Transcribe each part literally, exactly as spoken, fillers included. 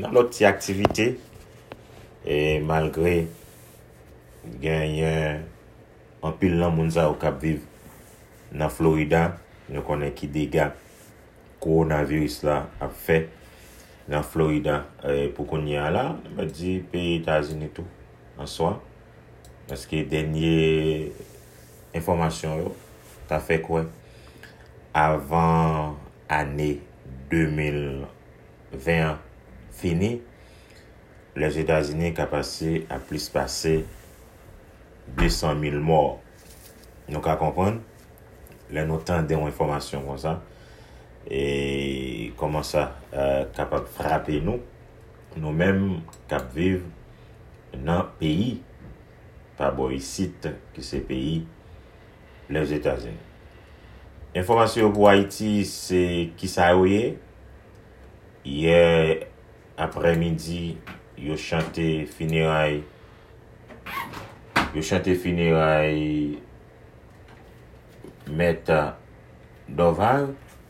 dans l'autre activité, et malgré gagner en pile de monde au Cap vivre dans Florida, nous connaissons qui dégâts coronavirus là a fait dans Florida euh, pour qu'on y a là, on dit pays États-Unis tout en soi parce que dernière information t'as fait quoi avant année deux mille vingt fini, les États-Unis ont passé à plus passer deux cent mille morts. Donc à comprendre, les notants des informations comme ça et comment ça euh, capable de frapper nous, nous-mêmes cap vivre dans le pays, pas bon ici que c'est pays les États-Unis. Information pour Haïti, c'est qui ça est. Hier après-midi, yo chanté funérailles. Yo chanté funérailles Maître Doval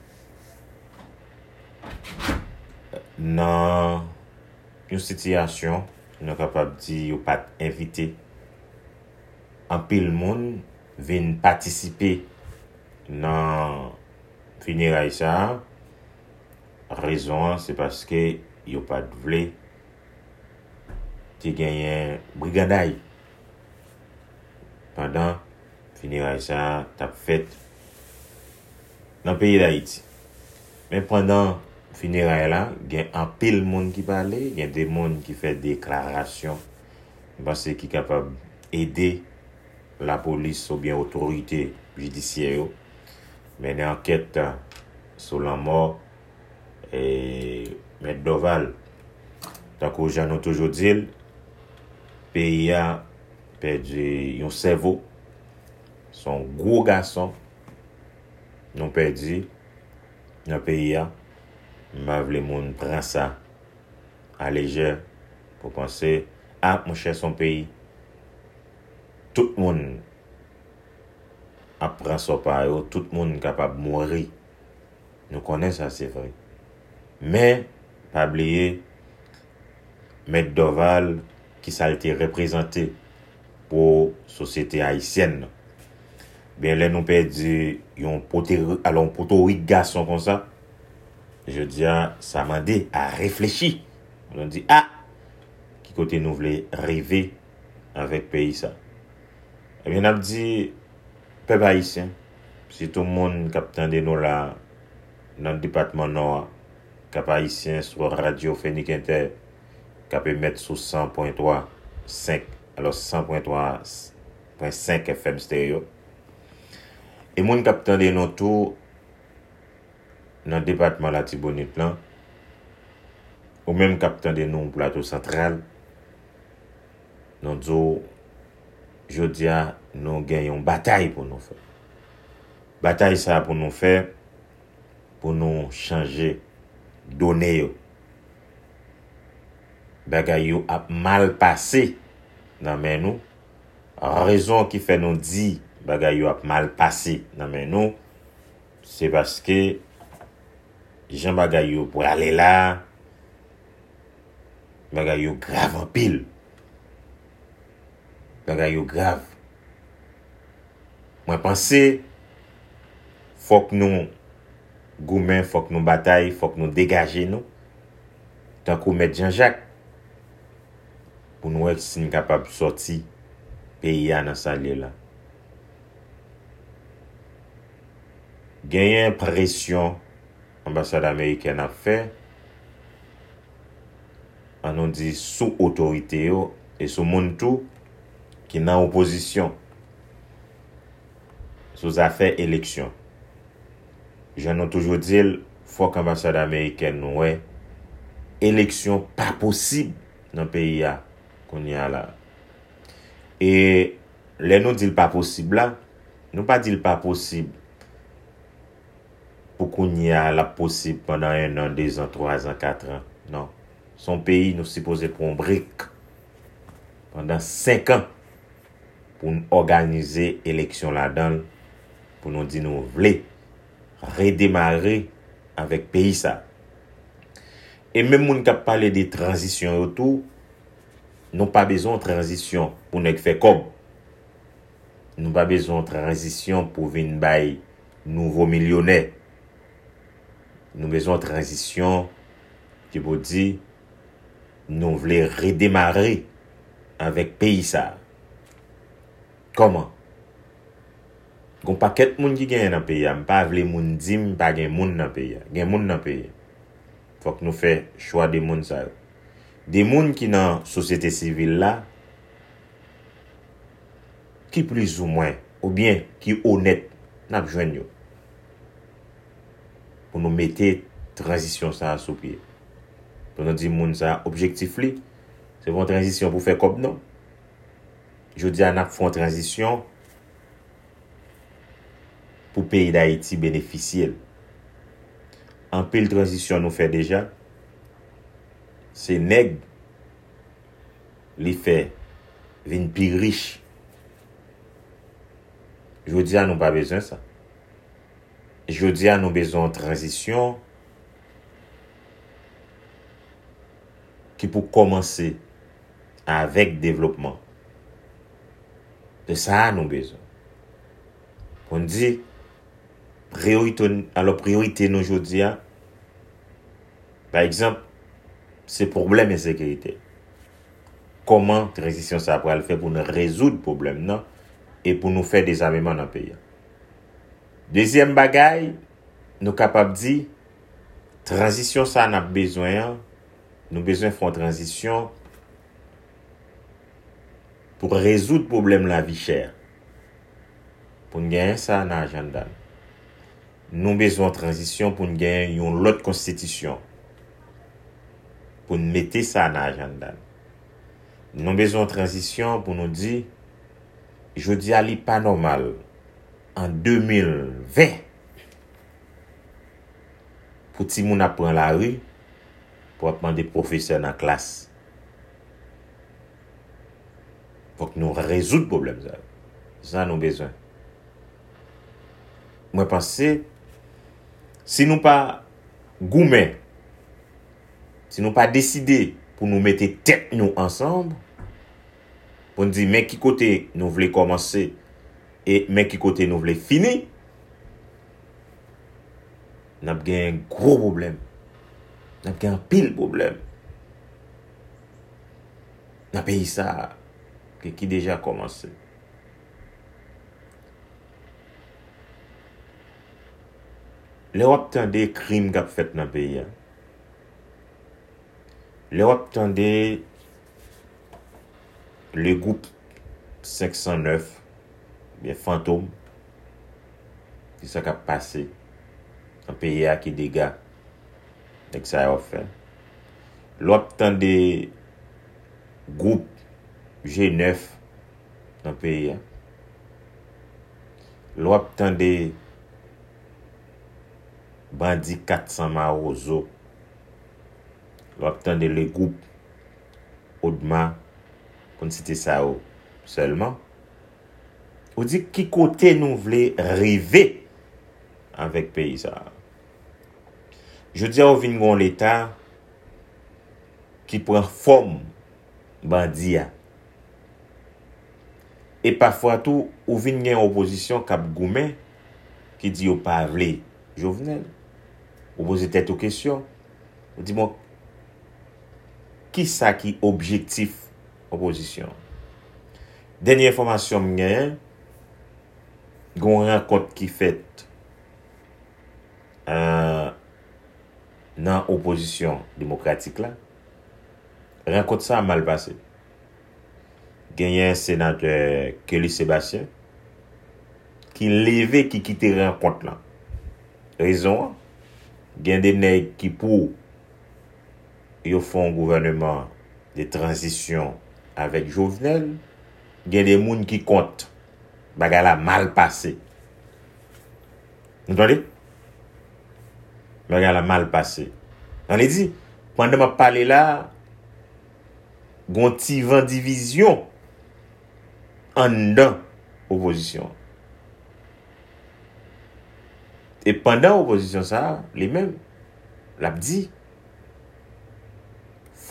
dans une situation, nous capable dire yo pas invité en pile monde vinn participer dans funérailles ça. Raison c'est parce que yo pas vle te gagner brigadaille pendant funérailles ça t'a fait dans le pays d'Haïti. Mais pendant funérailles là, il y a un pile monde qui parle, il y a des monde qui fait déclaration parce qu'ils sont capable d'aider la police ou bien autorité judiciaire mais une enquête sur la mort et M. Doval. Tant que j'en ai toujours dit, le pays a perdu un cerveau, son gros garçon, nous perdu dans le pays. Mais les gens prennent ça à légère pour penser à mon cher son pays. Tout le monde apprend ça par eux, tout le monde est capable de mourir. Nous connaissons ça, c'est vrai. Mais, pas oublier, M. Doval, qui ça a été représenté pour la société haïtienne. Bien, là, nous perdu un potorique garçon comme ça. Je dis, ça m'a dit à réfléchir. On dit, ah, qui côté nous voulons rêver avec le pays ça. Eh bien, on a dit, peuple haïtien, si tout le monde capte de nous là, dans le département nord, cap haïtien sur Radio Phénix Inter, cap mettre sous cent point trois cinq, alors cent point trois point cinq F M stéréo. Et moun capte de nous tout dans le département la Tibonite là, ou même capte de nous plateau central, nous disons, je dis à nous gagnons une bataille pour nous faire. Bataille ça pour nous faire, pour nous changer, donner yo. Bagay yo a mal passé dans men nous. Raison qui fait nous dire bagay yo a mal passé dans men nous, c'est parce que Jean bagay yo pour aller là, bagay yo grave en pile. Bagay yo grave. Moi penser faut que nous goumen, faut que nous bataille, faut que nous dégager nous. Tant qu'on met Jean-Jacques pour nous être si capable de sortir pays dans sa là. Gagner pression ambassade américaine a fait on nous dit sous autorité yo, et sous monde tout qui dans opposition sous affaire élection. J'en ai toujours dit faut qu'ambassade américaine ouais élection pas possible dans le pays là qu'on y a là. Et les nous dit pas possible là, nous pas dit pas possible pour qu'on y a la possible pendant un an, deux ans, trois ans, quatre ans. Non. Son pays nous supposé pour un brique pendant cinq ans pour nous organiser élection là-dedans pour nous dire nous voulons redémarrer avec pays ça. Et même moun qui parle de transition autour, nous pas besoin de transition pour nous faire comme. Nous pas besoin de transition pour venir bailler nouveau millionnaire. Nous besoin de transition qui vous dit nous voulons redémarrer avec pays ça. Comment? Gon paquet moun qui gagne dans le pays, m'pa vle moun di m'pa gen moun dans le pays. Gen moun dans le pays. Faut que nous fait choix des moun ça. Des moun qui dans société civile là qui plus ou moins ou bien qui honnête n'a besoin yo pour nous mettre transition ça sous pied. Pour nous dire moun ça objectif li c'est une transition pour faire comme non. Je dis à n'a font transition pour pays d'Haïti bénéficier. En pile transition nous fait déjà. C'est nèg li fait vin plus riche. Je dis à nous pas besoin ça. Je dis à nous besoin de transition qui pour commencer avec développement. De ça nous besoin. On dit priorité alors priorité nous aujourd'hui par exemple c'est problème insécurité. Comment transition ça pour le faire pour nous résoudre problème non et pour nous faire des armements dans le pays. Deuxième bagaille nous capable dire transition ça n'a besoin nous besoin faire transition pour résoudre problème la vie chère. Pour gagner ça dans l'agenda. Nous besoin de transition pour gagner une autre constitution. Pour mettre ça dans l'agenda. Nous besoin de transition pour nous dire je dis à pas normal en deux mille vingt pour ti moun apprend la rue pour apprendre des professeurs dans la classe. Faut que nous résoudre problème ça. Ça nous besoin. Moi penser si nous pas goumen si nous pas décider pour nous mettre tête nous ensemble pour nous dire mais qui côté nous voulons commencer et mais qui côté nous voulons finir n'a pas un gros problème n'a pas un pile problème n'a pays ça qui déjà commencé. L'Europe tend des crimes qu'a fait dans le pays. L'Europe tend des le groupe cinq cent neuf, bien fantôme, c'est ça qui a passé dans le pays qui dégâts que ça a fait. L'Europe tend des groupes G neuf dans le pays. L'Europe tend des bandits quatre cents Marozo. L'Europe tend des le groupe Audma pour citer ça seulement. On dit qui côté nous voulons rêver avec pays ça. Je dis au vin l'État qui prend forme bandia. Et parfois tout ou vin une opposition cap goumen qui dit au pas vle Jovenel. Ou pose tête aux questions. On dit bon qui ça qui objectif opposition. Dernière information m'gagne gon rencontre qui fait euh dans opposition démocratique là. Rencontre ça a mal passé. Gagné un sénateur Kelly Sébastien qui levé qui quitté rencontre là. Raison gagne des nèg qui pour ils font un gouvernement de transition avec Jovenel, gagne des moun qui compte bagala mal passé. Vous entendez? Bagala mal passé. On a dit pendant m'a parlé là gon ti vent division en dedans opposition. Et pendant l'opposition, ça, les mêmes, l'a dit,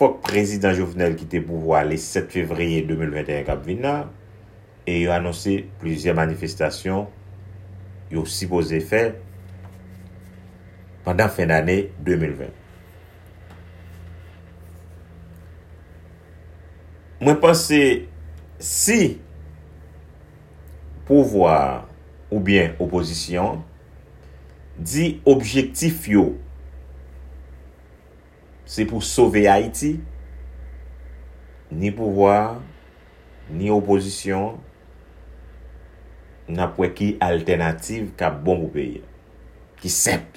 faut que le président Jovenel quitte le pouvoir le sept février deux mille vingt et un cap vina, et il a annoncé plusieurs manifestations il a supposé faire pendant fin d'année deux mille vingt. Moi pense si pouvoir ou bien opposition dit objectif yo c'est pour sauver Haïti, ni pouvoir ni opposition n'a pas qui alternative qui bon pour pays qui simple.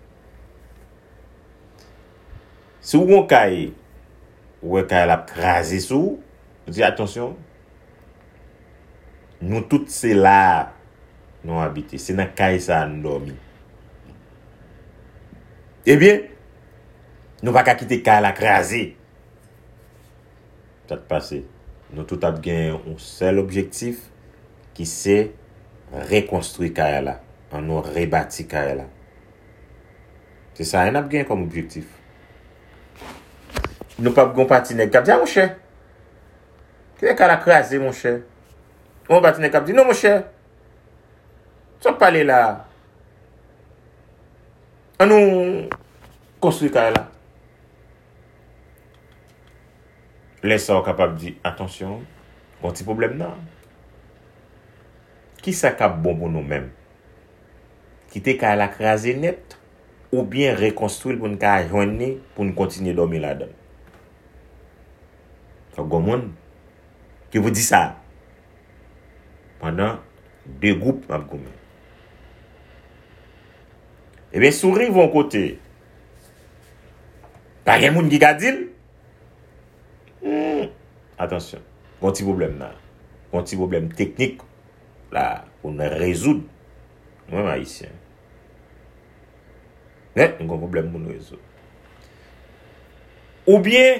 Si vous on caille ou caille la craser sous, dis attention, nous toutes c'est là nous habiter, c'est dans caille ça nous dormi. Eh bien, nous pas qu'à quitter caille la craser. Ça te passé. Nous tout a bien un seul objectif qui c'est reconstruire caille là, on nous rebâtir caille là. C'est ça, on a bien comme objectif. Nous pas gon patiner cap dire mon cher. Qui est la craser mon cher. On patiner cap dire non mon cher. Tu vas parler là. On nous construire caille là. Laisse ça capable dire attention, un petit problème là. Qui ça cap bon pour nous-mêmes? Quitter caille la craser net ou bien reconstruire pour nous joindre pour nous continuer dormir là-dedans. Faut que monde qui vous dit ça pendant deux groupes m'a gommé. Eh bien sourire vont côté. Pas gen monde qui ga dit hmm. Attention, un petit problème là. Un petit problème technique là pour nous résoudre. Moi haïtien. Mais un problème pour nous résoudre. Ou bien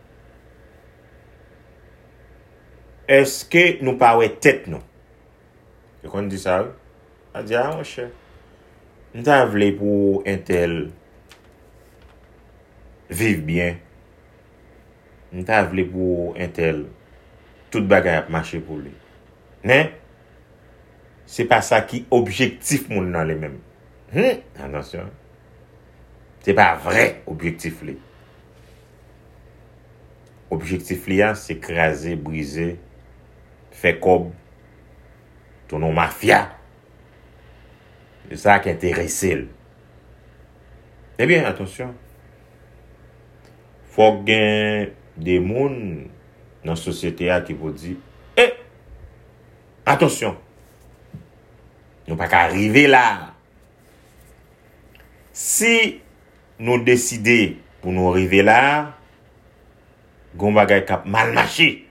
est-ce que nous pas ouais tête nous? Et qu'on dit ça, a dit ah mon cher. Nous t'a voulu pour un tel vivre bien. Nous t'a voulu pour un tel toute bagaille marcher pour lui. Mais c'est pas ça qui objectif mon dans les mêmes. Hum, attention. C'est pas vrai objectif li. Objectif li c'est écraser, briser, faire comme ton nom mafia. C'est ça qui intéresse. Eh bien, attention. Faut qu'il des gens dans la société qui vous dire eh, attention. Nous pas qu'à arriver là. Si nous décidons pour nous arriver là, gon bagay k'ap mal marché.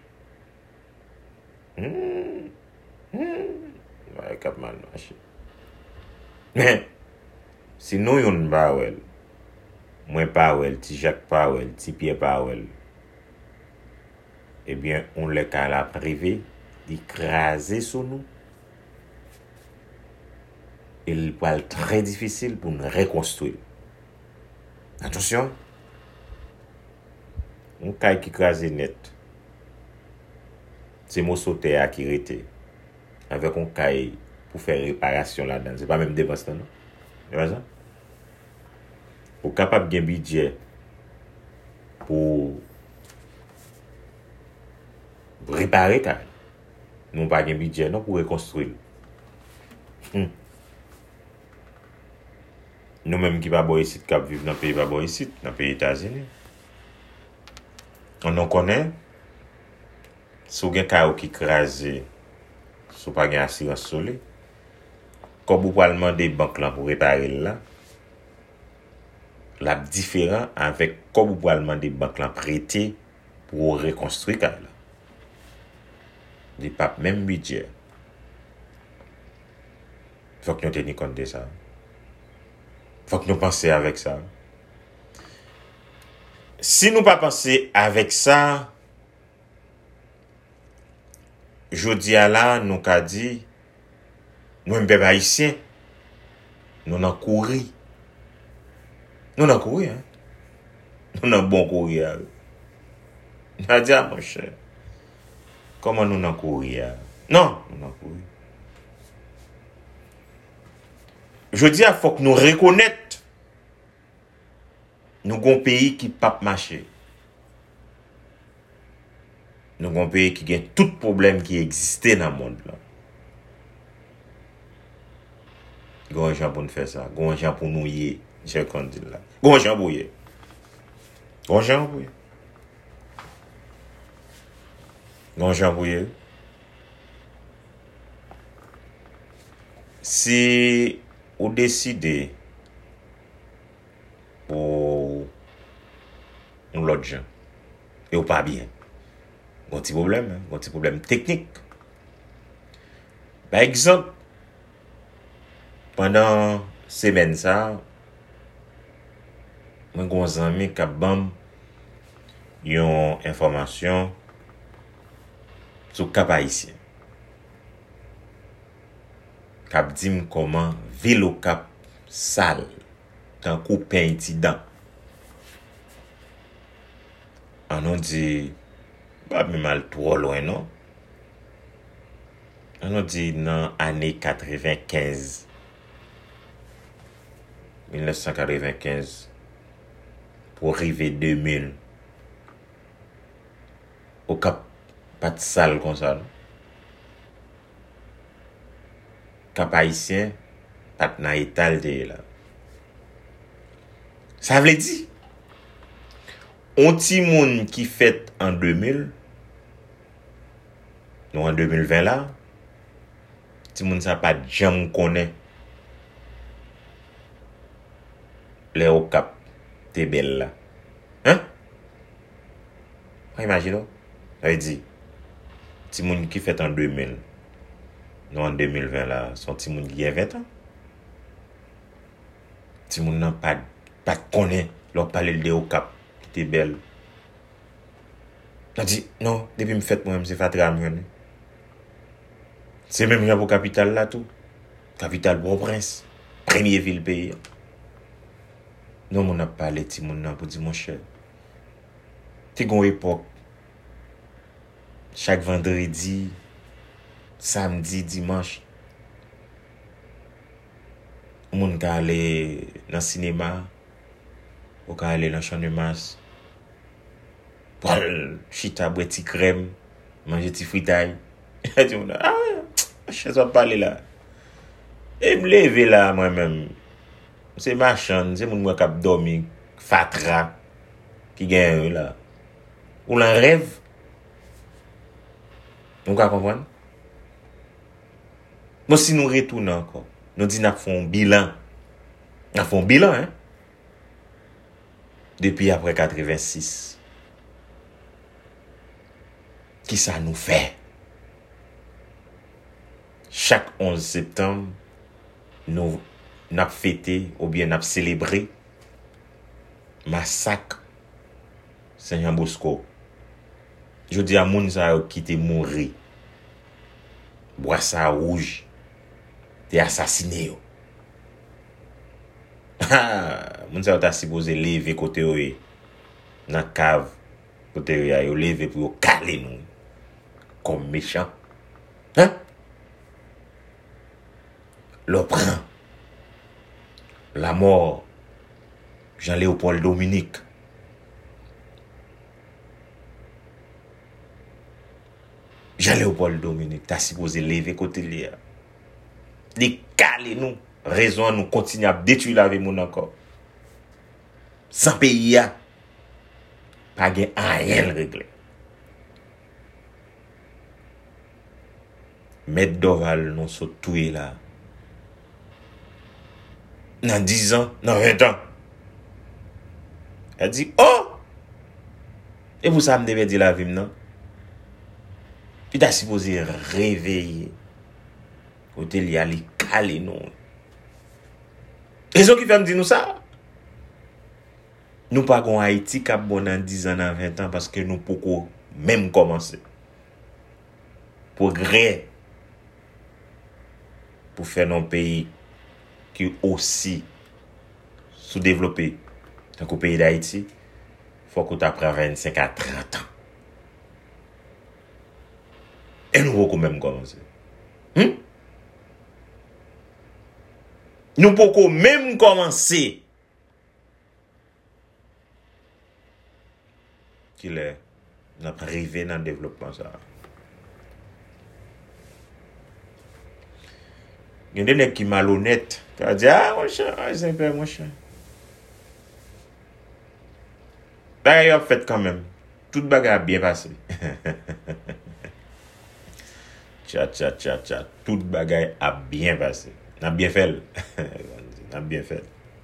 Hmm. Hmm. Bagay k'ap mal marché. Mais si nous yon ba wel, moi pas wel, ti Jacques pas wel, ti Pierre pas wel. Eh bien, on le ka la privé d'écraser sur nous. Il va être très difficile pour nous reconstruire. Attention. On caille qui crase net. C'est mon sauté à qui rete. Avec un caille pour faire réparation là-dedans. C'est pas même dépense non. C'est pas ça? Pour capable de budget pour réparer caille. Nous pas de budget non pour reconstruire. Hum. Nous-mêmes qui pas boy ici, qui vivent dans le pays, pas boy ici, dans le pays États-Unis. On en connaît. Si vous avez un cas qui crase, si vous n'avez pas d'assurance sur lui, comme vous pouvez demander banque là pour réparer là, la différent avec comme vous pouvez demander banque là prêter pour reconstruire là. Il pas même budget. Il faut que nous tenions compte de ça. Il faut que nous pensions avec ça. Si nous pas penser avec ça, je dis à là, nous qu'a dit, nous sommes haïtiens, nous avons couru. Nous avons couru, hein. Nous avons bon courir. On a dit, ah, mon cher, comment nous n'en courir? Non, nous n'en courir. Je dis, il faut que nous reconnaissions nous avons un pays qui ne peut pas marcher. Nous avons un pays qui a tout problème qui existait dans le monde. Nous avons un gens pour nous faire ça. Nous avons un gens pour nous y je dis là. Nous avons un gens pour y Nous avons un gens pour y Nous avons un gens pour y Si vous décidez pour l'autre gens, et ou pas bien, un petit problème, un petit problème technique. Par exemple, pendant semaine ça, moi j'ai un ami qui a bam une information sur Cap Haïtien. Cap dit comment ville au Cap sale tant coup pain incident. On a dit pas mal trop loin non. On a dit dans année quatre-vingt-quinze mille neuf cent quatre-vingt-quinze pour arriver deux mille au Cap pas de salle comme ça. Cap Haïtien pas dans état de là. Ça veut dire on ti moun qui fait en deux mille nous en deux mille vingt là ti moun ça pas jam connaît les au Cap t'es belle là hein imagine ça veut dire ti moun qui fait en deux mille nous en deux mille vingt là son ti moun qui a vingt ans ti moun n'a pas pas connaît leur parler de au Cap qui était belle. On dit non, depuis me fait moi c'est fatra mieux. C'est même là pour capitale là tout. Capitale Port-au-Prince, première ville pays. Non, on n'a pas parlé ti moun nan pour dire mon cher. Ti gon époque chaque vendredi, samedi, dimanche moun ka aller dans cinéma, ou ka aller dans champ de masse. Pour chita boire ti crème, manger ti fritaille. Tu me ah, je vais parler là. Et me lever là moi-même. C'est machin, c'est mon moi qui dormi fatra qui gagne là. Ou l'en rêve. Vous comprenez? Moi si nous retournons encore, nous dit n'a fait un bilan. N'a fait un bilan hein. Depuis après quatre-vingt-six. Qui ça nous fait? Chaque onze septembre, nous avons fêté ou bien nous avons célébré massacre Saint-Jean Bosco. Je dis à moun sa qui te mouri. Boissa rouge. Te assassiné yo. Ah, moun sa ta supposé lever côté yo dans cave côté yo yo lever pour yo caler nous comme méchant. Hein? Le prend la mort Jean-Léopold Dominique. Jean-Léopold Dominique, t'as supposé lever côté là. Les caler nous, raison nous continuer à détruire la vie mon encore. Sans pays a pas gain rien régler. Maître Doval nous sont tués là. Dans dix ans, dans vingt ans. Elle dit, oh! Et vous ça me devez dire la vie, non? Tu t'as supposé réveiller. Côté li a li calé, non? Raison qui fait me dire nous ça? Nous pas gon Haïti cap bon dans dix ans, dans vingt ans, parce que nous pouvons même commencer. Progrès. Pour faire un pays qui est aussi sous-développé. Dans le pays d'Haïti, il faut que tu apprennes vingt-cinq à trente ans. Et nous pouvons même commencer. Hmm? Nous pouvons même commencer. Qu'il est notre arrivé dans le développement ça. Il y a des gens qui sont malhonnêtes. Tu vas dire, ah, mon cher, c'est un peu mon cher. D'ailleurs, fait quand même. Toute bagarre a bien passé. Tcha, tcha, tcha, tcha. Toute bagarre a bien passé. N'a bien fait. N'a bien fait.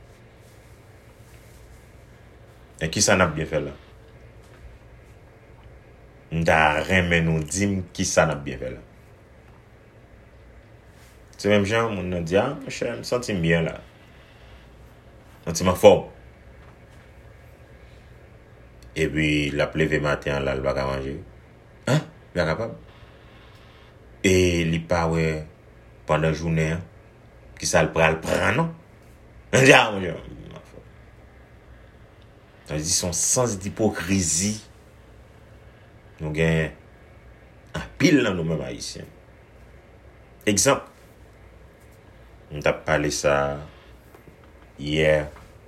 Et qui ça n'a bien fait là? N'a rien nous dit qui ça n'a bien fait là. C'est même gens, on a dit, ah, je me sens bien là. Je me sens forme. Et puis, la plève matin, là, il va manger. Hein? Il est capable. Et il pas, ouais, pendant la journée, hein, qui ça le prend, le prend, non? Je dis, ah, mon Dieu. Ça dit, son sens d'hypocrisie, nous gagnons un pile dans nous-mêmes haïtiens. Exemple. On t'a parlé ça hier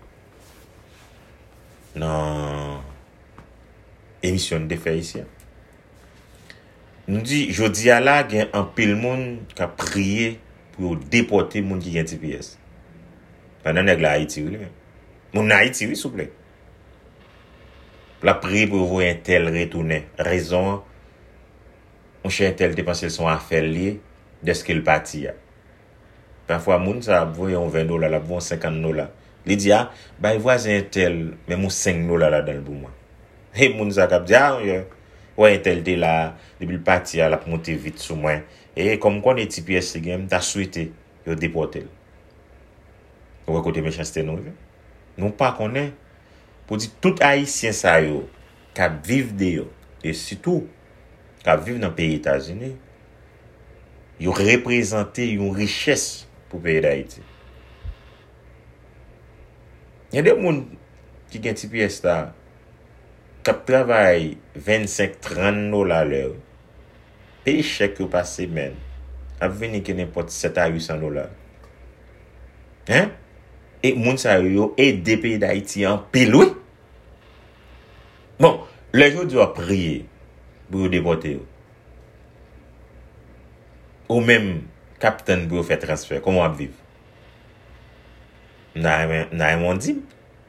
dans l'émission de fait ici. Nous dit, je dis à la, il y a un pile monde qui a prié pour déporter les gens qui ont T P S. Pendant que l'Haïti, oui. Mon Haïti, oui, s'il vous plaît. La prière pour voir un tel retourner. Raison, on cherche un tel dépenser son affaire liée de ce qu'il partit. Parfois, moun ça voyait un vingt dollars, là, bon cinquante dollars. Il dit, ah, bah, il voit un tel, mais mon cinq dollars là dans le bout, moi. Et moun ça cap dit, ah, ouais, un tel t'es là, depuis le parti, là, pour monter vite sous moi. Et comme qu'on est T P S game, t'as souhaité, il déporté. Ou côté méchanceté, nous, nous pas connaît. Pour dire, tout haïtien, ça, yo, qui vivent de yo, et surtout, qui vivent dans le pays États-Unis, ils représentent une richesse pour le pays d'Haïti. Il y a des gens qui ont un T P S là, qui travaillent vingt-cinq à trente dollars l'heure, paye chèque par semaine, à venir que n'importe sept à huit cents dollars. Hein? Et moun sa yo aide des pays d'Haïti en pile, oui. Bon, les gens doivent prier pour déporter. Ou même, capitaine pour faire transfert. Comment on vivre? N'a rien dit.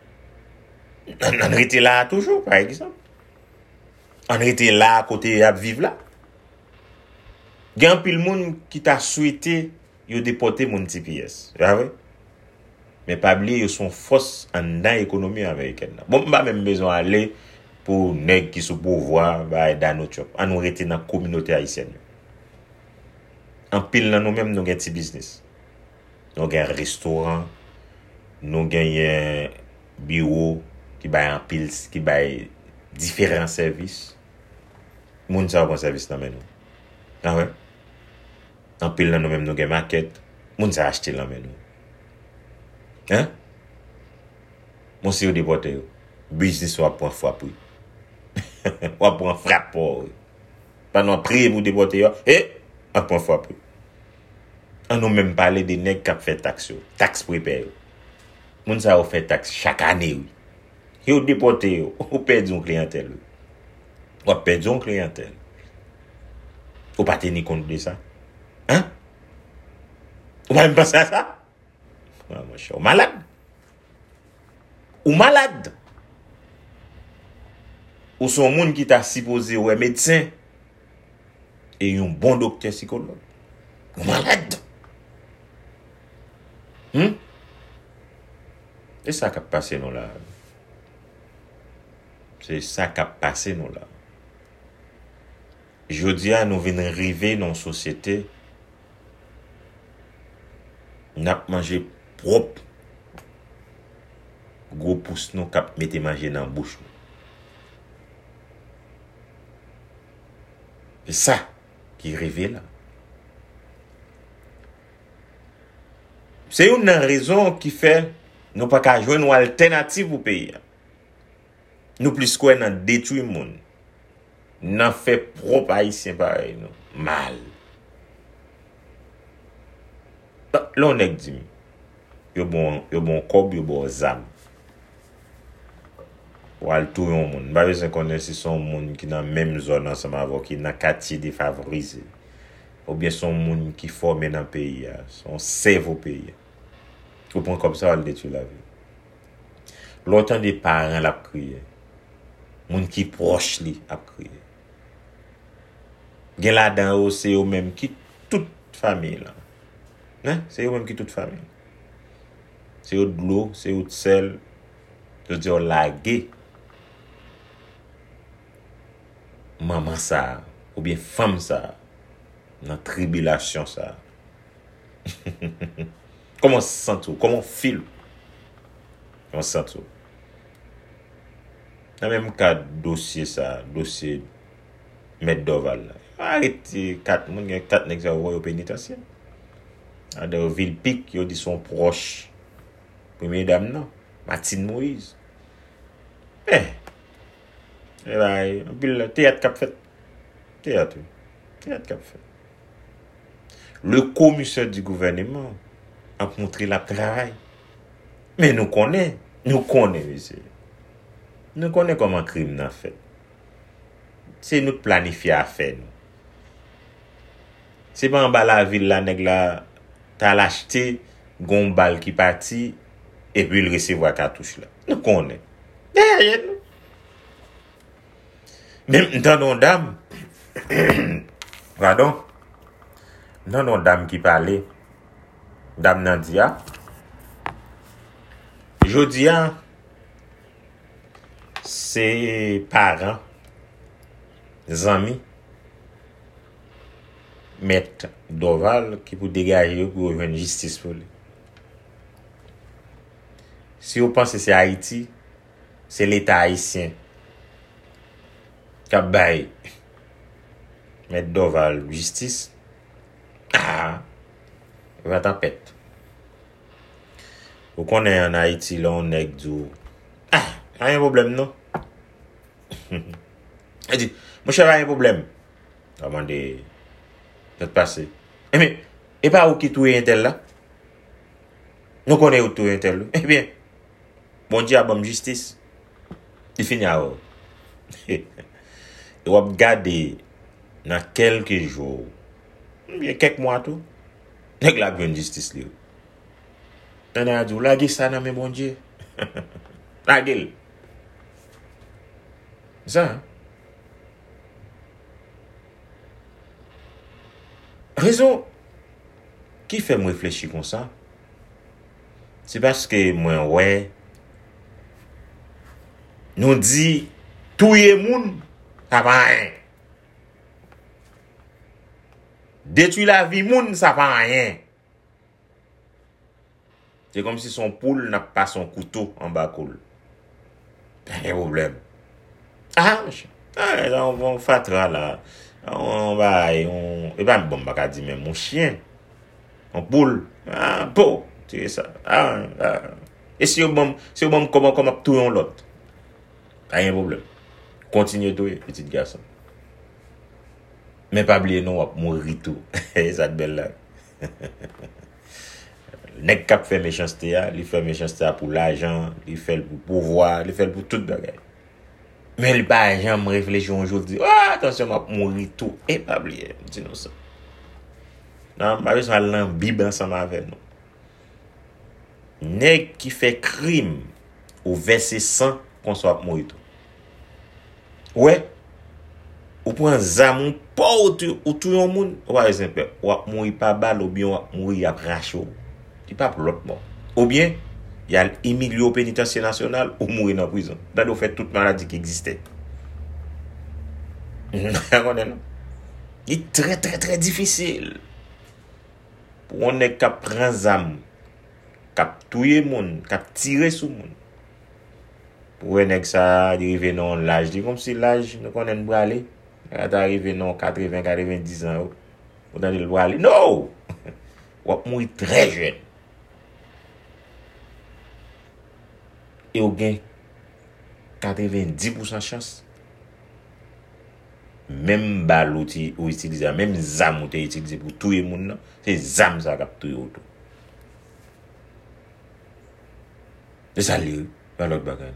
On était là toujours, par exemple. On était là à côté à vivre là. Il y a un pile monde qui t'a souhaité de déporter mon T P S. Vous voyez? Mais pas oublier ils sont force en dans l'économie américaine. Bon, pas même besoin d'aller pour nèg qui sous pouvoir bah dans notre job. On nous rester dans la communauté haïtienne. En pile dans nous même nous gagne petit business. Nous gagne restaurant, nous gagne bureau qui bail en pile qui bail différents services. Moun ça bon service dans nous. Ah ouais. En pile dans nous même nous gagne market, moun ça acheter dans nous. Hein? Mon si yo déporté yo. Business wa prend frappe. Wa prend frappe. Pas non prier pour déporter yo. Et on prend frappe. On nous même parler des nèg qui fait taxe yo. Taxe prépare. Moun sa yo fait taxe chaque année oui. Yo déporté yo, ou perdu une clientèle. Ou perdu une clientèle. Ou pas tenir compte de ça. Hein? Ou pas même penser à ça? Ah, mon cher, ou malade. Ou malade. Ou son monde qui t'a supposé ou un médecin et un bon docteur psychologue. Ou malade. Hmm? C'est ça qui a passé nous là. C'est ça qui a passé nous là. Je dis à nous venir arriver dans une société. N'a mangé propre. Gros pouce nous cap mettre manger dans bouche. C'est ça qui révèle là. C'est une raison qui fait nous pas qu'à jouer une alternative au pays. Nous plus quoi dans détruire monde. Nan fait propre haïtien pareil non. Mal. Là on est dit yo bon yo bon cob yo bon zam. Ou al tout yon moun. Ba besoin connaître si son moun qui dans même zone ensemble avec qui dans quartier défavorisé. Ou bien son moun qui formé dans pays, son cerveau pays. Ou prend comme ça, on le détruit la vie. L'autant des parents l'a crié. Moun qui proche li a crié. Gen la dan c'est eux même qui toute famille là. Hein? C'est eux même qui toute famille. C'est eux de l'eau, c'est eux de sel. Je dis on lagué. Maman ça ou bien femme ça dans tribulation ça. Comment se sent tout? Comment feel? Comment se sent tout? Dans même cas dossier ça, dossier Maître Doval là. Arrêtez quatre moun, quatre nèg ça au pénitentiaire. À de ville pic, yo dit son proche. Première dame non, Martine Moïse. Eh. Eh ben, le théâtre cap fait. Théâtre. Théâtre cap fait. Le commissaire du gouvernement a montré la travail. Mais nous connaissons, nous connaissons, monsieur. Nous connaissons comment le crime n'a fait. C'est nous planifier à faire. C'est pas en bas la ville, la nèg la, t'as l'acheté, gon balle qui parti, et puis il recevoir cartouche là. Nous connaissons. Derrière nous. Même dans nos dames, pardon, dans nos dames qui parlaient, dame Nadia, Jodia, c'est parents, amis, Maître Doval qui pour dégager pour une justice pour lui. Si vous pensez que c'est Haïti, c'est l'État haïtien qui a baillé Maître Doval justice. Ah, il va t'en pète. Vous connaissez en Haïti, là, on est du. Ah, il y a un problème, non? Il dit, mon cher, il y a un problème. Demandez. Peut-être passer. Eh mais, et pas où qui tout est tel là? Nous connaissons où tout est tel là. Eh bien, bon Dieu a bonne justice. Il finit à haut. Et on va regarder dans quelques jours, bien quelques mois tout, avec la bonne justice là. On a dit, la gueule ça, non, mais bon Dieu. La gueule. Ça, hein? Raison qui fait me réfléchir comme ça, c'est parce que moi, ouais, nous dit, tout le monde, ça va rien. Détruire la vie, moun, ça va rien. C'est comme si son poule n'a pas son couteau en bas coule. Pas de problème. Ah, ah, on va fatra là. On va, on, et pas bon, bah, dire même mon chien, mon poule, ah, bon, tu sais ça, ah, ah. Et si on bon, si on bon, comment, comment tout on l'autre, pas de problème. Continuez tout, petit garçon. Mais pas oublier non, on va mourir tout. Ça de belle là. Nèg cap fait méchanceté, il fait méchanceté pour l'argent, il fait pour pouvoir, il fait pour tout bagage. Mais le pas jamais réfléchir un jour dire ah attention m'a mourir tout et pas oublier dis nous ça. Non, pas besoin aller dans Bible ensemble avec nous. Nèg qui fait crime au verset cent qu'on soit mourir tout. Ouais. Ou prend zamon pas ou tout un monde, par exemple, ou mourir pas balle ou bien mourir à racho. Tu pas pour l'autre mort. Ou bien il y a immigré au pénitencier national ou mourir dans prison. Dans le fait toute maladie qui existait. Il est très très très difficile pour on est cap prendre zam, cap tuer monde, cap tirer sur monde. Pour un ça arriver dans l'âge, dit comme si l'âge nous connaît braler, quand arrivé dans quatre-vingts quatre-vingt-dix ans, on dans le braler. Non. On mourir très jeune. Et on gagne quatre-vingt-dix pour cent chance. même balle ou utiliser, même zam ou utiliser pour tuer les gens, c'est zam ça qui a tué autour. C'est ça, pas l'autre bagage.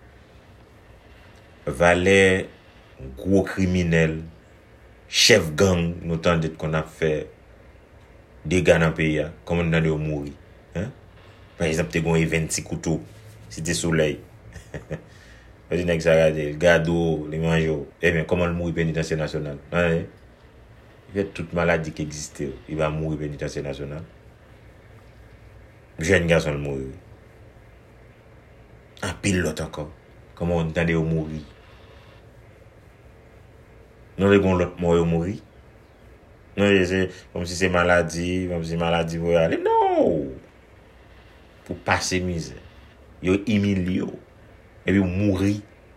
Valet, gros criminel, chef gang, nous tendons qu'on a fait des gars dans le pays, comme on a mourir. Hein? Par exemple, tu as vingt-six couteaux, c'était soleil. Le gado, les mangeaux. Eh bien, comment le mourir pénitentiaire national? Hein? Il y a toute maladie qui existe, il va mourir pénitentiaire national. Jeune garçon le mourir. Un pilote encore. Comment on entendait mourir? Non, les gens l'autre mort mourir. Non, c'est comme si c'est maladie, comme si maladie pour aller. Non! Pour passer misère. Yo humilié. Et puis mourir.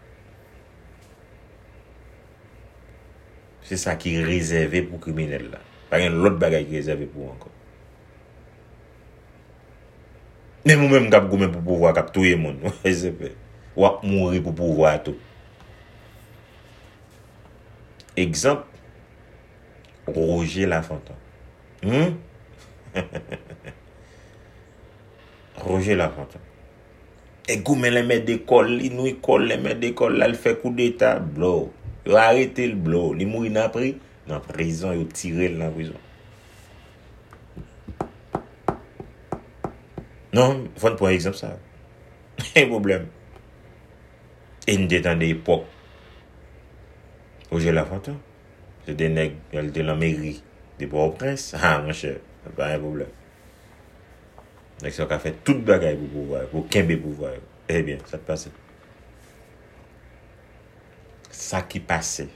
C'est ça qui est réservé pour les criminels là. Pas une autre bagaille qui est réservé pour encore. Mais moi-même, je suis pour pouvoir capturer les gens. Ou mourir pour pouvoir tout. Exemple, Roger Lafontaine. Hmm? Roger Lafontaine. Et goumé les maîtres d'école, il nous école les maîtres d'école, là, il fait coup d'état, blow. Il a arrêté le blow. Il mourit dans prison, dans prison, il a tiré dans la prison. Non, il faut prendre exemple ça. Un problème. Et nous étions dans des époques. Roger Lafontaine. C'est des nègres, ils étaient dans la mairie de Port-au-Prince. Ah, mon cher, pas un problème. Donc, ça a fait toute bagaille pour pouvoir, pour qu'un pouvoir. Eh bien, ça passe. Ça qui passait.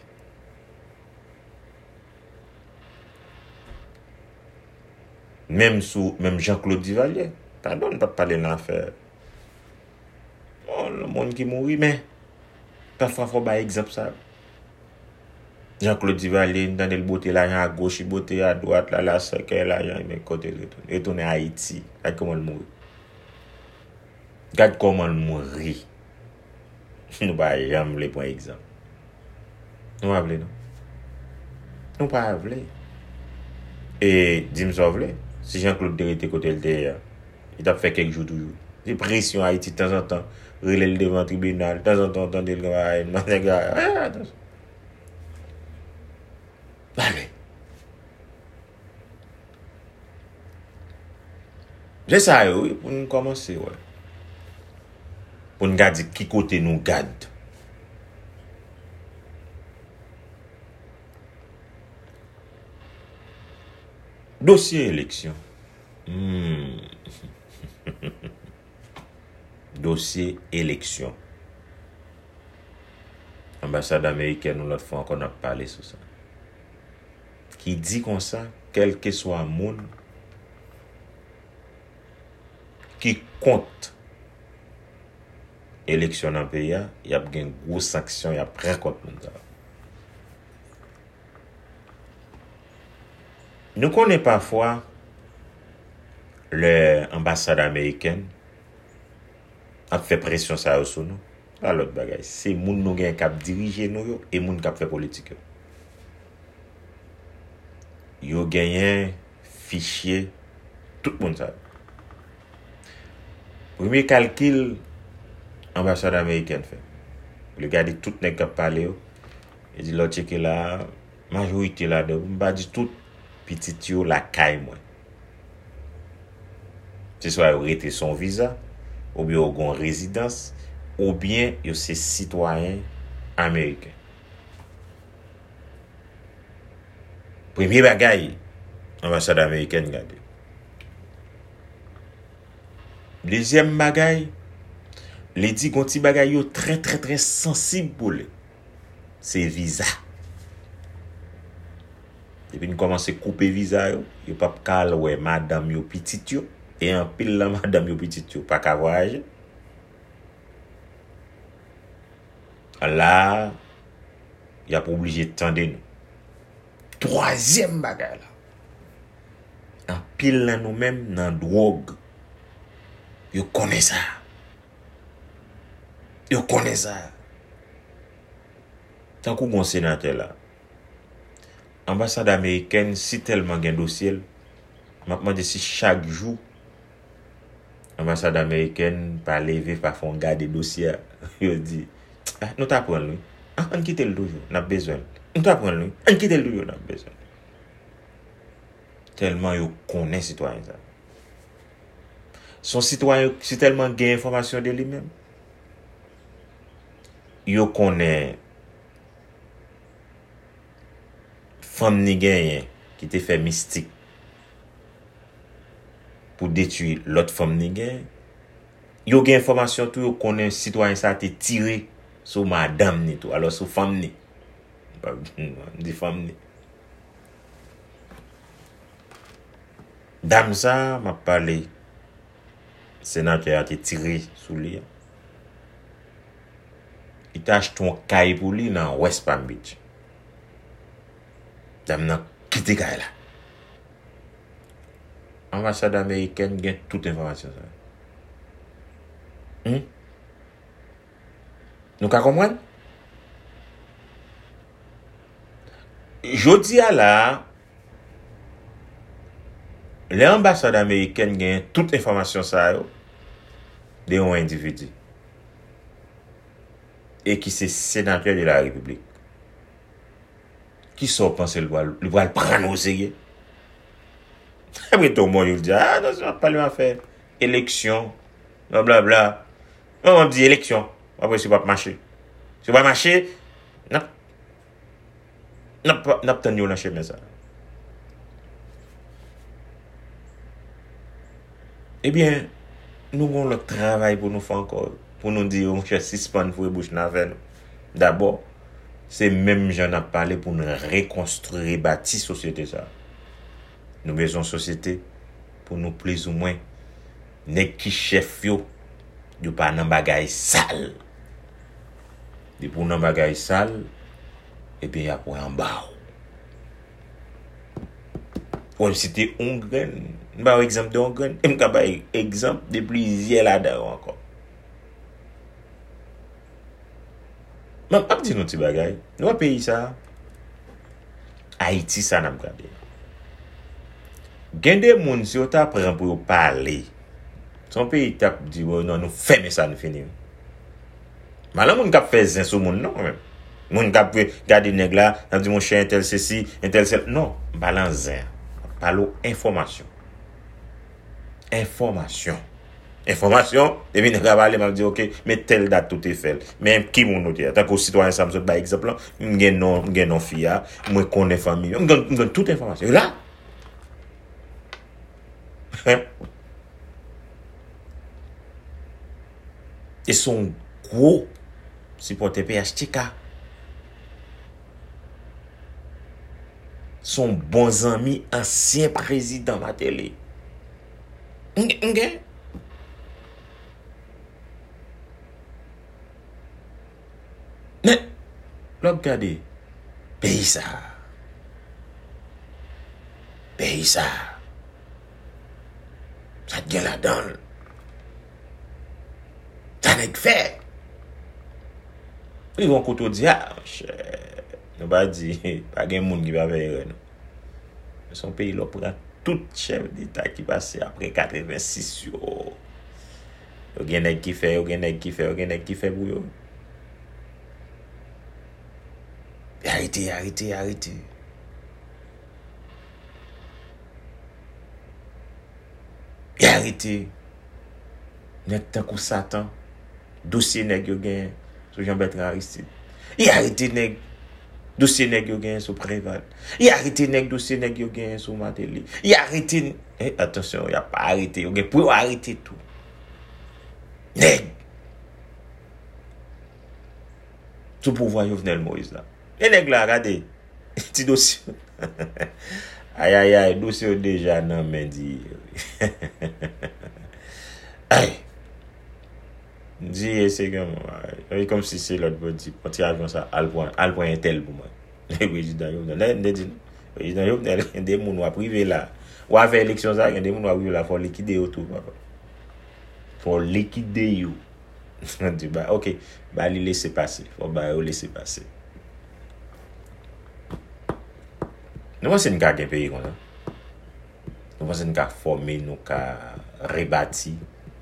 Même sous, même Jean-Claude Duvalier. Pardon, pas parler de l'affaire. Oh, le monde qui mourit, mais parfois, il faut pas exemple ça. Jean-Claude Duvalier, dans le beauté l'argent à gauche, il beauté à droite, là, là, c'est que l'argent, il est côté de retourner. Retourner à Haïti. Regarde comment il mourit. Regarde comment il mourit. Nous pas jamais les points exemple. Nous pas non. Nous pas vle. Et dis-moi ça vle. Si Jean-Claude était côté le derrière, il a fait quelques jours toujours. Des pressions à Haïti de temps en temps, relève devant le tribunal, de temps en temps, entendez le gars, attention. Allez. C'est ça, oui, pour nous commencer, ouais. Pour nous garder qui côté nous garde. Dossier élection. Hmm. Dossier élection. Ambassade américaine, nous l'autre fois encore a parlé sur ça. Qui dit comme ça, quel que soit le monde qui compte élection dans le pays, il y a une grosse sanction, il y a prêt contre nous. Nous connaissons parfois l'ambassade américaine a fait pression ça sur nous. À l'autre bagaille, c'est moun nou gen k'ap dirige nous et moun k'ap fait politique. Yo gagné fichier tout le monde ça. Premier calcul ambassade américaine fait. Le gars dit tout nèg k'ap parler yo. Il dit l'autre checker là majorité là de m'pa dit tout petit yo la caille moi. C'est soit arrêter son visa ou bien une résidence ou bien yo c'est citoyen américain. Premier bagaille ambassade américaine gade. Deuxième bagaille, les dit gon ti bagaille yo très très très sensible pour lui. C'est visa. Depuis nous commencer couper visa yo, yo pas kal ouais madame yo petite yo et en pile la madame yo petite yo pas ka voyager. Là, il a pas obligé de tendre nous. Troisième bagage là. En pile là nous-mêmes dans drogue. Yo connaît ça. Yo connaît ça. Tant qu'on sénateur là, Ambassade américaine, si tellement un dossier, m'a demandé si chaque jour, ambassade américaine, par lever, par fond, garder dossier, il dit, ah, nous t'apprenons, lui. Ah, on quitte le toujours, on a besoin. Nous t'apprenons, lui. On quitte le toujours, on a besoin. Tellement il connaît citoyen ça. Son citoyen, c'est tellement gain information de lui-même. Il connaît femme ni gagne qui te fait mystique pour détruire l'autre femme ni gagne. Il gain information tout il connaît citoyen ça te tiré sur madame ni tout alors sur femme ni. Dit femme ni. Dame ça m'a parlé sénateur a été tiré sous lui. Il t'a acheté un caille pour lui dans West Palm Beach. Dame n'a quitté caille là. Ambassade américaine gagne toute information ça. Hmm? Nous ka comprendre? Jodi a là l'ambassade américaine gagne toute information ça yo de un individu et qui c'est sénateur de la République. Qui sont pensé le va le va le prendre au sérieux. Après tout le monde il dit ah non c'est pas lui à faire élection bla bla bla. On dit élection après c'est pas marcher. C'est pas marcher n'a n'a pas n'a pas tenu la chemin ça. Eh bien, nous avons le travail pour nous faire encore. Pour nous dire, on cherche suspendre pour les bouches navel. D'abord, c'est même j'en ai parlé pour nous reconstruire, bâtir société ça. Nous besoin société pour nous plus ou moins n'est qui chef yo, yo pas nan bagay sale. De pour nan bagay sale, et bien y a pour en bas. Pour citer Hongren, par exemple de Hongren, et m'ka ba exemple de plusieurs là-dedans encore. Même pas dire nous petit bagay. Nous pays ça Haïti ça n'a pas regardé. Gen de moun si on t'a prend pour parler. Son pays t'a dit oh, non nous fermer ça nous finir. Malin moun k'ap fait zin sou moun non même. Moun k'ap garder nèg là, n'a dit mon chien tel ceci, tel ceci. Non, balance zin. Parlo information. Information. Information, et puis nous parler m'a dit OK, mais telle date tout est fait. Même qui mon noter, tant que citoyen ça me par exemple, m'gen non, m'gen non fia, moi connais famille, m'gen toute information. Et là et son gros supporter P H T K. Son bons amis ancien président Matéli. M'gen mais l'on regarde pays ça. Pays ça. Ça te là-dedans. Ça n'est que fait. Ils vont couteau dire ah, nous pas dire pas gen monde qui va faire non. Son pays là prend tout chef d'état qui passe après quatre-vingt-six yo. Yo gen nèg qui fait, yo gen nèg qui fait, yo gen nèg qui fait pour yo. Arrêtez, arrêtez, arrêtez. Et arrêtez. Nèg tant que Satan, dossier nèg yo gen sur Jean-Bertrand Aristide. Et arrêtez nèg dossier nèg yo gen sur Préval. Et arrêtez nèg dossier nèg yo gen sur Matéli. Et arrêtez eh, attention, y a pas arrêté, yo gen pour arrêter tout. Nèg tout pouvoir Jovenel Moïse là. Et nèg là regardez, petit dossier. Aïe aïe aïe, dossier déjà non mais dit. Aïe. Dis c'est comme comme si c'est l'autre body, quand tu as ça al point al point tel pour moi. Le président Jovenel ne dit président Jovenel des moun wa privé là. Ou avec élection ça, des moun wa privé là faut liquider autour papa. Faut liquider you. Tu bah OK, bah li laisser passer, faut bah laisser passer. Nous pensons qu'il y a un pays comme ça. Nous pensons qu'il y a formé, nous avons rebâti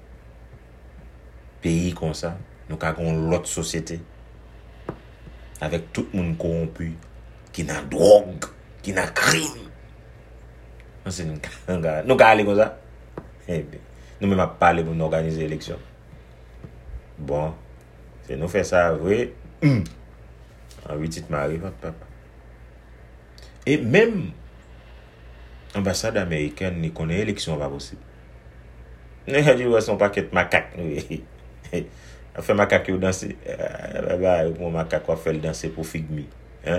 pays comme ça. Nous avons l'autre société avec tout le monde corrompu, qui n'a drogue, qui n'a crime. Nous avons aller comme ça. Nous même parlé pour nous organiser l'élection. Bon, c'est nous faire ça, vrai. En petite Marie, votre papa. Et même l'ambassade américaine ne connaît l'élection pas possible. Nous avons son paquet de macaques. On fait macaque ou danser. Mon macaque va faire danser pour Figmi.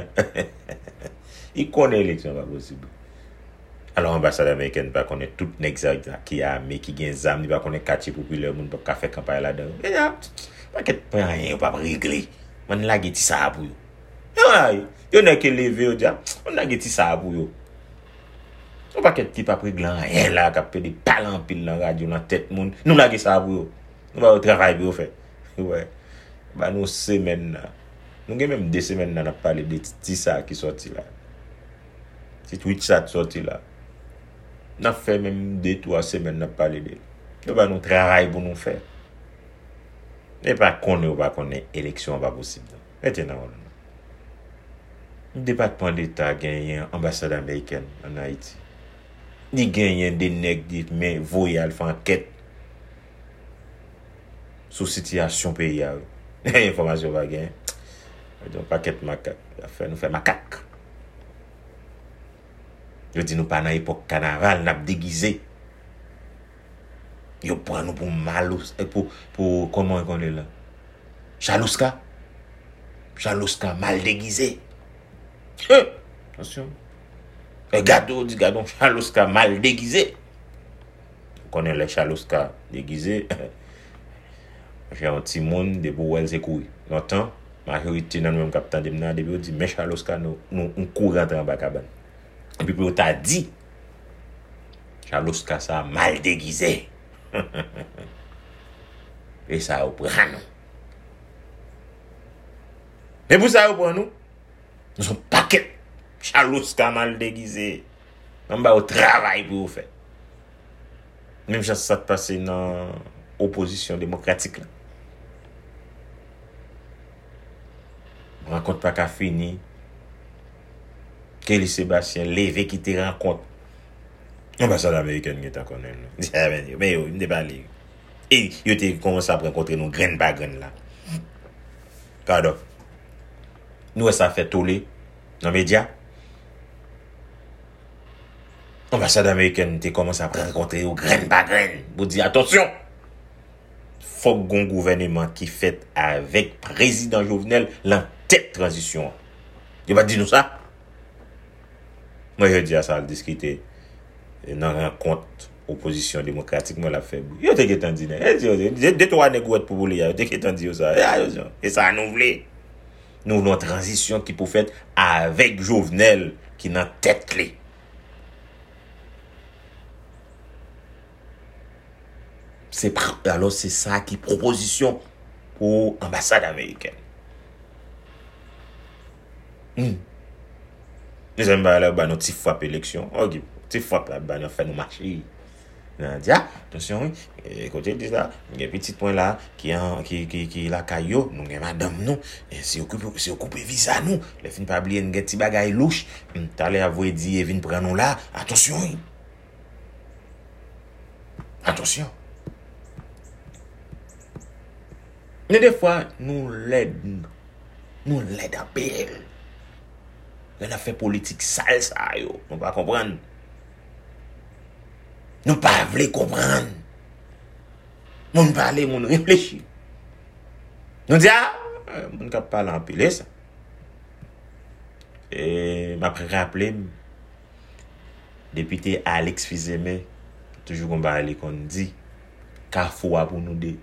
Il connaît l'élection pas possible. Alors l'ambassade américaine pas connaît tout l'exact qui a mais qui gagne zam, il pas connaît quartier populaire, monde pas faire campagne là-dedans. Et là, paquet pas rien pas régler. Man la geti ça pour yo. Ouais, yo n'a que lever au dia. On a geti ça pour yo. On paquet qui pas régler rien là qui fait des talents pile dans radio dans tête monde. Nous la geti ça pour yo. Nous va au travail pour faire. Ouais. Bah nous semaine là. Nous même deux semaines là n'a parlé de ti ça qui sorti là. C'est Twitch ça sorti là. N'a fait même deux trois semaines n'a parlé de. Nous va nous travail pour nous faire. Et pas qu'on ne pas qu'on élection pas possible. Maintenant, le département d'État gagne ambassade américaine en Haïti. Il gagne des nègres mais voyez faire enquête sur situation pays. Information va gagner. Donc paquet macaque, faire nous faire macaque. Je dis nous pas dans époque carnaval, n'a déguisé. Yo prend nous pour malous pour pour comment on est là. Chalouska. Chalouska mal déguisé. Eh, attention. Regarde, dit gardons Chalouska mal déguisé. On connaît les Chalouska déguisés. J'ai un petit monde de pour elle c'est couille. Longtemps, majorité dans même capitaine de m'na depuis dit mais Chalouska nous nous on court rentrer en bas cabane. Et puis on t'a dit Chalouska ça mal déguisé. Et ça au prend nous. Et pour ça au prend nous. Nous sommes paquet Chalouska mal déguisé. On va au travail pour vous faire. Même chose ça passe dans opposition démocratique là. On rencontre pas qu'à fini. Kelly Sébastien levé qui te rencontre. L'ambassade américaine qui est encore là. Mais yo, il ne pas aller. Et yo te commencé à rencontrer nous graine par graine là. Pardon. Nous ça fait toller dans les médias. L'ambassade américaine te commencé à rencontrer nous graine par graine pour dire attention. Faut qu'on gouvernement qui fait avec président Jovenel la tête transition. Il va dire nous ça. Moi je dis à ça à discuter dans rencontre opposition démocratique moi la fait. Yo te qu'étant dit deux trois négouettes pour voler, yo te qu'étant dit ça. Et ça nous voulait. Nous une transition qui pour faire avec Jovenel qui dans tête clé. C'est alors c'est ça qui proposition pour ambassade américaine. Hmm. Nous aimons là ba notre frappe élection. OK, petit frappe là ba nous fait nous marcher. On dit attention, écoutez dit là, il y a un petit point là qui qui qui qui la caillou, nous gagne madame nous, c'est occuper c'est occuper visa nous, les fin pas oublier un petit bagay louche. T'allais avoir dit vinn prendre nous là, attention. Attention. Mais des fois, nous l'aidons. Nous l'aidons à payer. On a fait politique sale, ça, yo. Nous ne pas comprendre. Nous ne pas voulons comprendre. Nous ne parler, nous réfléchir. Nous disons, ah, nous ne pas parler en pile, ça. Et m'a rappelé, député Alex Fizeme, toujours qu'on parle, qu'on dit, Carrefour pour nous deux.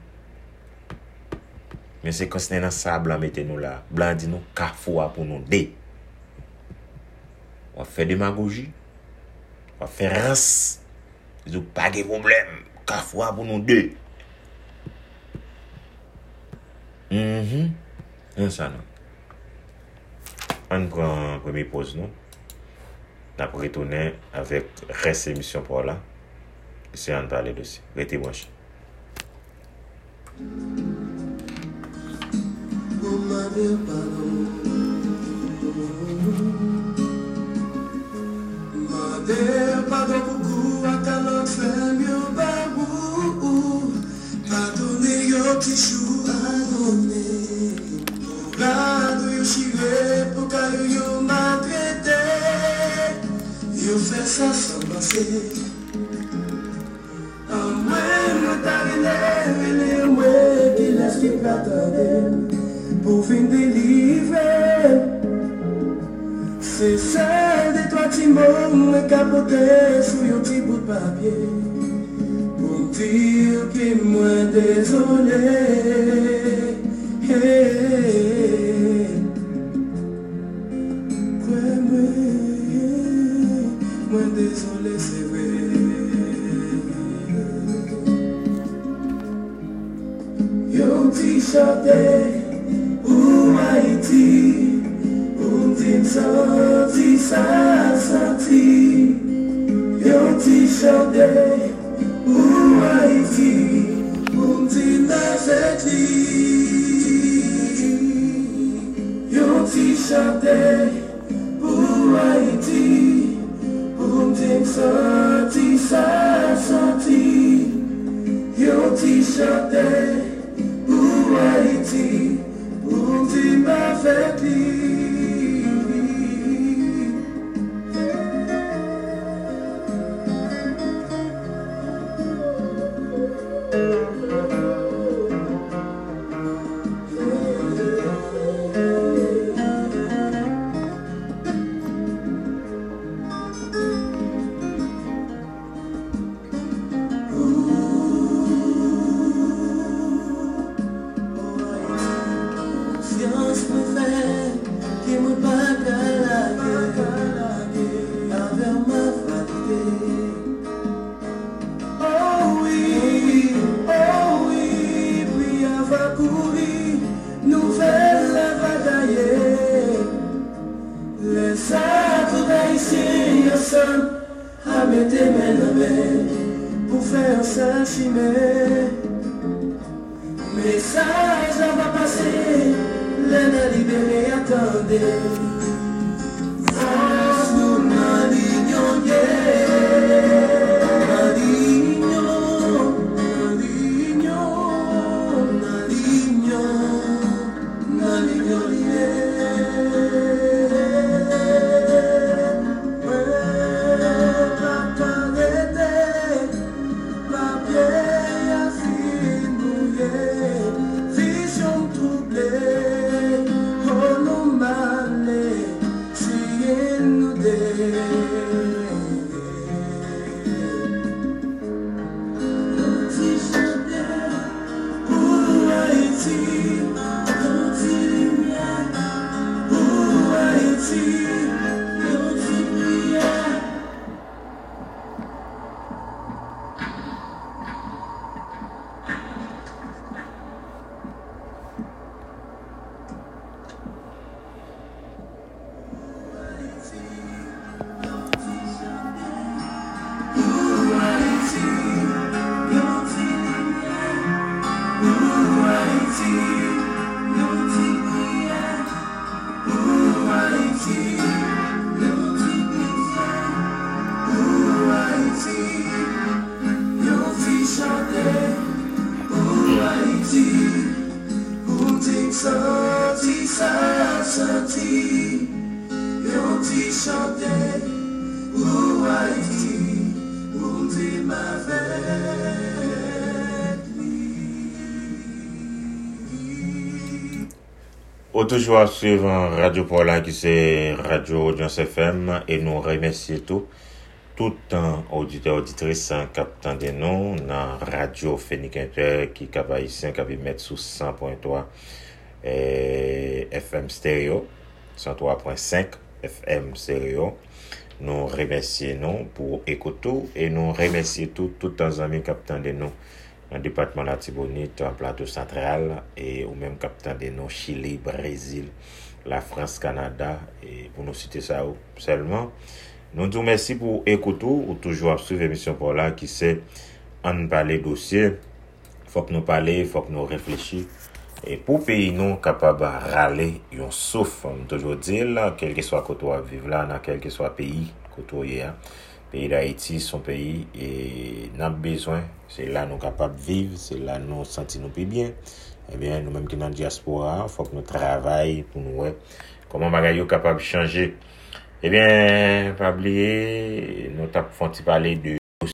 Mais c'est quand c'est dans ça, blanc mettez-nous là. Blanc dit nous, Carrefour pour nous deux. On va faire démagogie. On va faire race. Ils n'ont pas de problème. Carrefour pour nous deux. Mhm. Mm ça non. On prend une première pause, non? n'a pas retourné avec reste émission pour là. C'est en parler dessus. Restez branchés. Pardon beaucoup à ta langue ferme yo babou. Pardonnez yo qui chou pardonnez. Rado yo chire pour que yo maltraité. Yo fait ça sans penser. En moi me t'arrive les moi qui laisse qui t'attendre pour fin délivrer. C'est celle de toi qui m'ont capoté sur un petit bout de papier pour me dire que moi désolé. Hey, quoi moi, moi désolé c'est vrai. Yo petit chanté ou Haïti. Senti, ça senti, yo ti chante, ou Haïti, ou ti nazeti, yo ti chante, ou Haïti, ou ti senti, ça senti, yo ti chante, ou Haïti, ou ti nazeti. Pour faire ça chimère. Message va passer, l'aide libérée, attendez. Force nous n'a l'ignon, n'a l'ignon, n'a l'ignon, n'a l'ignon, n'a l'ignon, Toujours à suivre Radio Paulin qui c'est Radio Audience F M et nous remercions tout tout un auditeur auditrice qui attendent nous dans Radio Phoenix Inter qui capable ici qui mettre sous cent point trois et F M stéréo cent trois point cinq F M stéréo. Nous remercions nous pour écouter et nous remercions tout tout un amis qui attendent nous dans le département de la Tibonite, en plateau central, et ou même capitaine de nos Chili, Brésil, la France, Canada, et pour nous citer ça seulement, Nous disons merci pour écouter ou toujours suivre l'émission pour là qui c'est en parler dossier. Faut que nous parler, faut que nous réfléchissions. Et pour pays nous capable de râler, on souffre, on toujours dire là, quel que soit côté où vivre là, dans quel que soit pays côté où il y a. Pays d'Haïti, son pays, et n'a besoin, c'est là nous capables de vivre, c'est là nous sentir nous plus bien. Eh bien, nous-mêmes qui dans la diaspora, faut que nous travaillions pour nous, ouais, comment bagaille est capable de changer. Eh bien, pas oublier, nous t'avons parler de